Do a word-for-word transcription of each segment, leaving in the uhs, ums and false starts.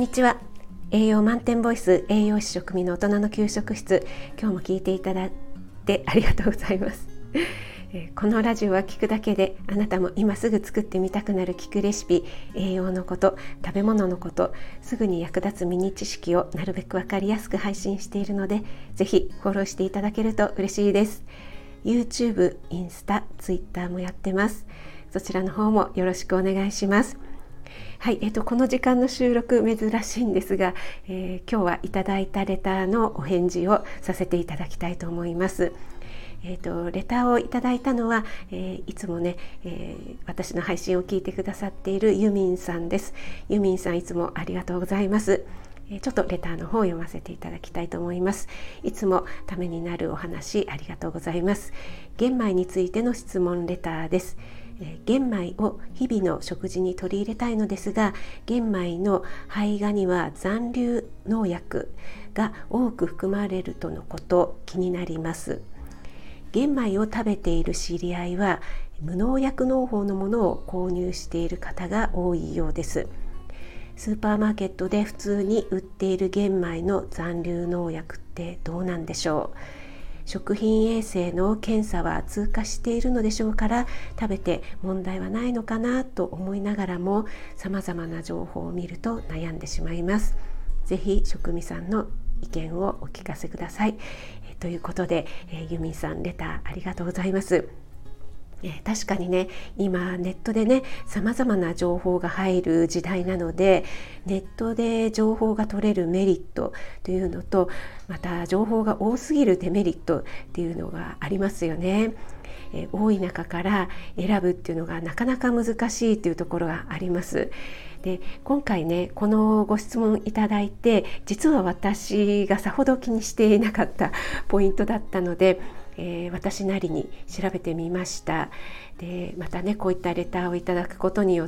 ちは。栄養満点ボイス栄養士食味の大人の給食室、今日も聞いていただいてありがとうございます。このラジオは聞くだけであなたも今すぐ作ってみたくなる聞くレシピ、栄養のこと、食べ物のこと、すぐに役立つミニ知識をなるべくわかりやすく配信しているので、ぜひフォローしていただけると嬉しいです。 YouTube、インスタ、Twitter もやってます。そちらの方もよろしくお願いします。はい、えっと、この時間の収録珍しいんですが、えー、今日はいただいたレターのお返事をさせていただきたいと思います。えーと、レターをいただいたのは、えー、いつもね、えー、私の配信を聞いてくださっているユミンさんです。ユミンさん、いつもありがとうございます。えー、ちょっとレターの方を読ませていただきたいと思います。いつもためになるお話ありがとうございます。玄米についての質問レターです。玄米を日々の食事に取り入れたいのですが、玄米の胚芽には残留農薬が多く含まれるとのこと、気になります。玄米を食べている知り合いは無農薬農法のものを購入している方が多いようです。スーパーマーケットで普通に売っている玄米の残留農薬ってどうなんでしょう。食品衛生の検査は通過しているのでしょうから、食べて問題はないのかなと思いながらも、さまざまな情報を見ると悩んでしまいます。ぜひ食味さんの意見をお聞かせください。えということで、えユミさん、レターありがとうございます。え確かにね、今ネットでね、さまざまな情報が入る時代なので、ネットで情報が取れるメリットというのと、また情報が多すぎるデメリットっていうのがありますよね。え多い中から選ぶっていうのがなかなか難しいというところがあります。で、今回ね、このご質問いただいて、実は私がさほど気にしていなかったポイントだったので、えー、私なりに調べてみました。で、またね、こういったレターをいただくことによって、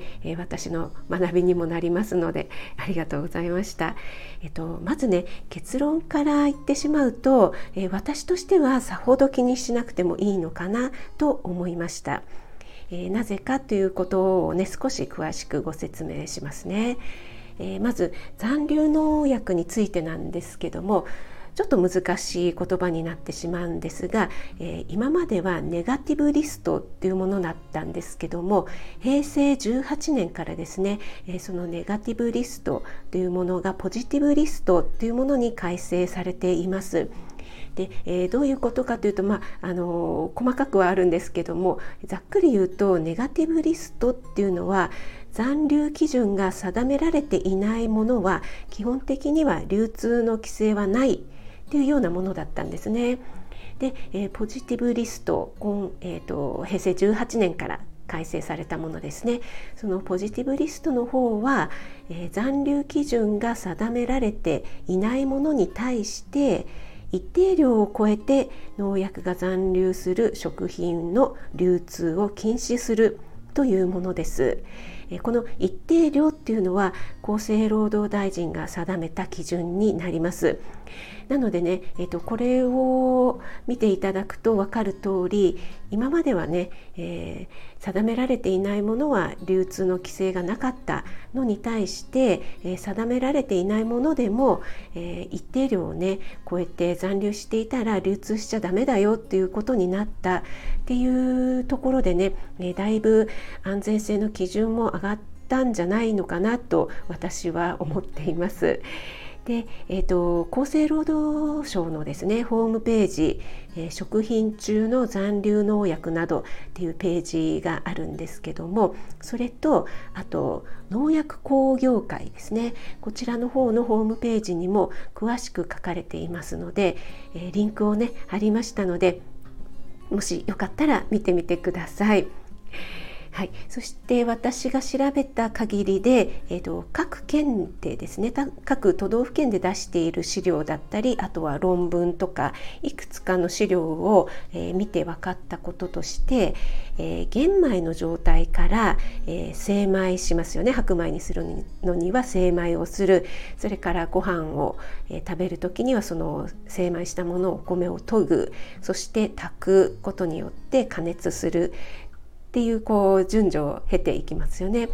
えー、私の学びにもなりますので、ありがとうございました。えっと、まずね、結論から言ってしまうと、えー、私としてはさほど気にしなくてもいいのかなと思いました。えー、なぜかということをね、少し詳しくご説明しますね。えー、まず残留農薬についてなんですけども、ちょっと難しい言葉になってしまうんですが、えー、今まではネガティブリストっていうものだったんですけども、へいせいじゅうはちねんからですね、えー、そのネガティブリストというものがポジティブリストというものに改正されています。で、えー、どういうことかというと、まああのー、細かくはあるんですけども、ざっくり言うと、ネガティブリストっていうのは、残留基準が定められていないものは基本的には流通の規制はないというようなものだったんですね。で、えー、ポジティブリスト、えーと、へいせいじゅうはちねんから改正されたものですね。そのポジティブリストの方は、えー、残留基準が定められていないものに対して一定量を超えて農薬が残留する食品の流通を禁止するというものです。この一定量っていうのは厚生労働大臣が定めた基準になります。なのでね、えっと、これを見ていただくと分かる通り、今まではね、えー、定められていないものは流通の規制がなかったのに対して、えー、定められていないものでも、えー、一定量をね超えて残留していたら流通しちゃダメだよっていうことになったっていうところでね、えー、だいぶ安全性の基準も上がったんじゃないのかなと私は思っています。で、えーと、厚生労働省のですね、ホームページ、えー、食品中の残留農薬などっていうページがあるんですけども、それとあと農薬工業会ですね、こちらの方のホームページにも詳しく書かれていますので、えー、リンクをね貼りましたので、もしよかったら見てみてください。はい、そして私が調べた限りで、えーと、各県でですね、各都道府県で出している資料だったり、あとは論文とかいくつかの資料を、えー、見て分かったこととして、えー、玄米の状態から、えー、精米しますよね。白米にするのには精米をする。それからご飯を、えー、食べる時にはその精米したものをお米を研ぐ、そして炊くことによって加熱するっていうこう順序を経ていきますよね。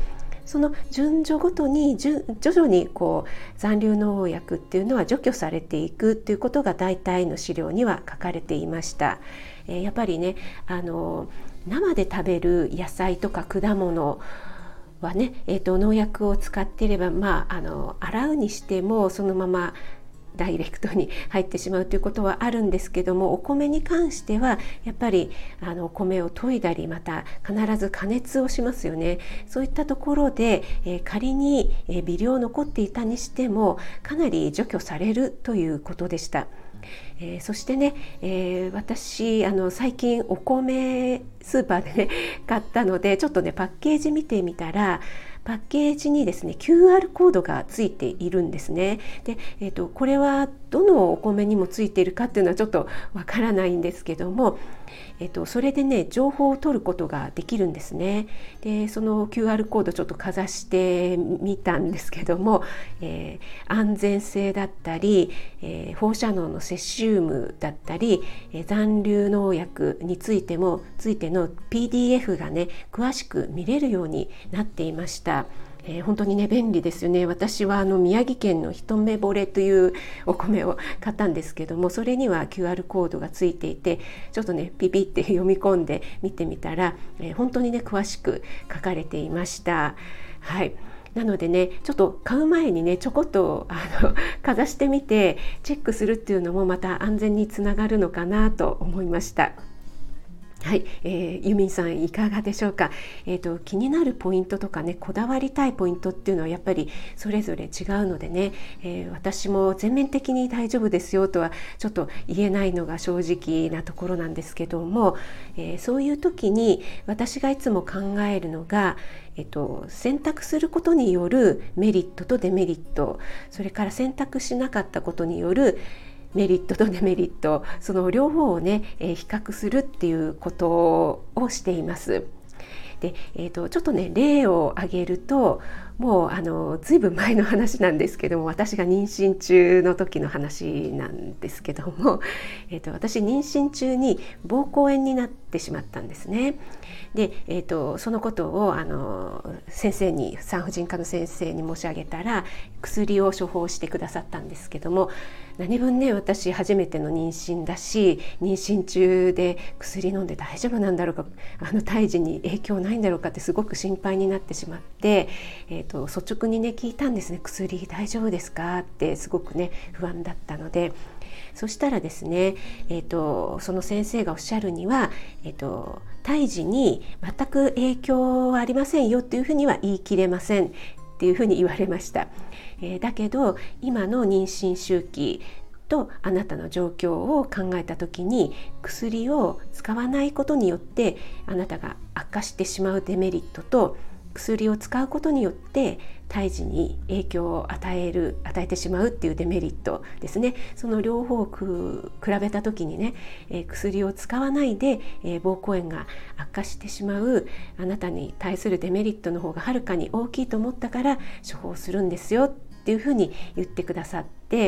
その順序ごとに徐々にこう残留農薬っていうのは除去されていくっていうことが大体の資料には書かれていました。えー、やっぱりねあの生で食べる野菜とか果物はね、えーと、農薬を使っていれば、まあ、あの洗うにしてもそのままダイレクトに入ってしまうということはあるんですけども、お米に関してはやっぱりあのお米を研いだりまた必ず加熱をしますよね。そういったところで、えー、仮に、えー、微量残っていたにしてもかなり除去されるということでした。えー、そしてね、えー、私あの最近お米スーパーでね買ったのでちょっとねパッケージ見てみたらパッケージにですね キューアール コードがついているんですね。で、えーと、これはどのお米にもついているかっていうのはちょっとわからないんですけども、えーと、それでね情報を取ることができるんですね。でその キューアール コードちょっとかざしてみたんですけども、えー、安全性だったり、えー、放射能のセシウムだったり、えー、残留農薬についてもついての ピーディーエフ がね詳しく見れるようになっていました。えー、本当にね便利ですよね。私はあの宮城県の一目惚れというお米を買ったんですけども、それには キューアール コードがついていてちょっとねピピって読み込んで見てみたら、えー、本当にね詳しく書かれていました。はい、なのでねちょっと買う前にねちょこっとあのかざしてみてチェックするっていうのもまた安全につながるのかなと思いました。はい、えー、ユミンさんいかがでしょうか。えーと、気になるポイントとかねこだわりたいポイントっていうのはやっぱりそれぞれ違うのでね、えー、私も全面的に大丈夫ですよとはちょっと言えないのが正直なところなんですけども、えー、そういう時に私がいつも考えるのが、えーと、選択することによるメリットとデメリット、それから選択しなかったことによるメリットとデメリット、その両方をね、えー、比較するっていうことをしています。で、えーと、ちょっとね例を挙げると、もうあのずいぶん前の話なんですけども、私が妊娠中の時の話なんですけども、えーと、私妊娠中に膀胱炎になってしまったんですね。で、えーと、そのことをあの先生に産婦人科の先生に申し上げたら薬を処方してくださったんですけども、何分ね私初めての妊娠だし妊娠中で薬飲んで大丈夫なんだろうか、あの胎児に影響ないんだろうかってすごく心配になってしまって、えーと、率直にね聞いたんですね。薬大丈夫ですかってすごくね不安だったので、そしたらですね、えーと、その先生がおっしゃるには、えーと、胎児に全く影響はありませんよっていうふうには言い切れませんっていうふうに言われました。えー、だけど今の妊娠周期とあなたの状況を考えた時に薬を使わないことによってあなたが悪化してしまうデメリットと、薬を使うことによって胎児に影響を与える与えてしまうっていうデメリットですね。その両方をく比べた時にね、えー、薬を使わないで、えー、膀胱炎が悪化してしまうあなたに対するデメリットの方がはるかに大きいと思ったから処方するんですよっていうふうに言ってくださって、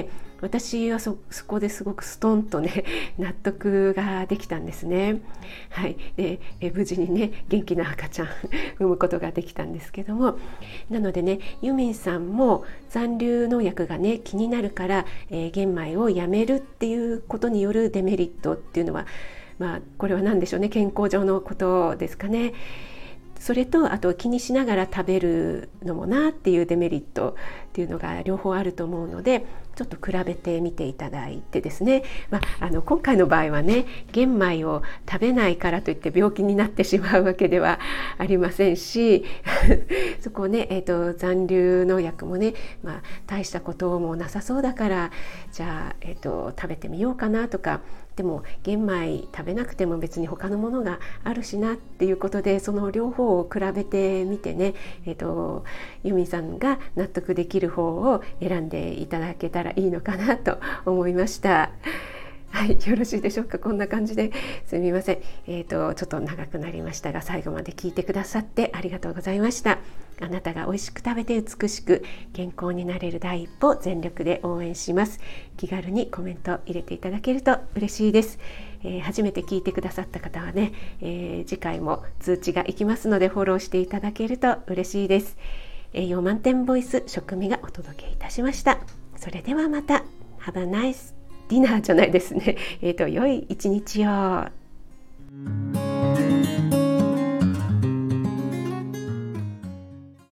私は そ, そこですごくストンとね納得ができたんですね。はい、でえ無事にね元気な赤ちゃん産むことができたんですけども、なのでねユミンさんも残留農薬がね気になるから、えー、玄米をやめるっていうことによるデメリットっていうのは、まあこれは何でしょうね、健康上のことですかね。それとあと気にしながら食べるのもなっていうデメリットっていうのが両方あると思うので、ちょっと比べてみていただいてですね、まあ、あの今回の場合はね玄米を食べないからといって病気になってしまうわけではありませんしそこをね、えーと、残留農薬もね、まあ、大したこともなさそうだからじゃあ、えーと、食べてみようかなとか、でも玄米食べなくても別に他のものがあるしなっていうことで、その両方を比べてみてね、えーと、ユミさんが納得できる方を選んでいただけたらいいのかなと思いました。はい、よろしいでしょうか。こんな感じですみません、えーと、ちょっと長くなりましたが最後まで聞いてくださってありがとうございました。あなたが美味しく食べて美しく健康になれる第一歩全力で応援します。気軽にコメント入れていただけると嬉しいです。えー、初めて聞いてくださった方はね、えー、次回も通知がいきますのでフォローしていただけると嬉しいです。 栄養満点ボイス食味がお届けいたしました。それではまた。Have a nice dinnerじゃないですね。えっと良い一日を。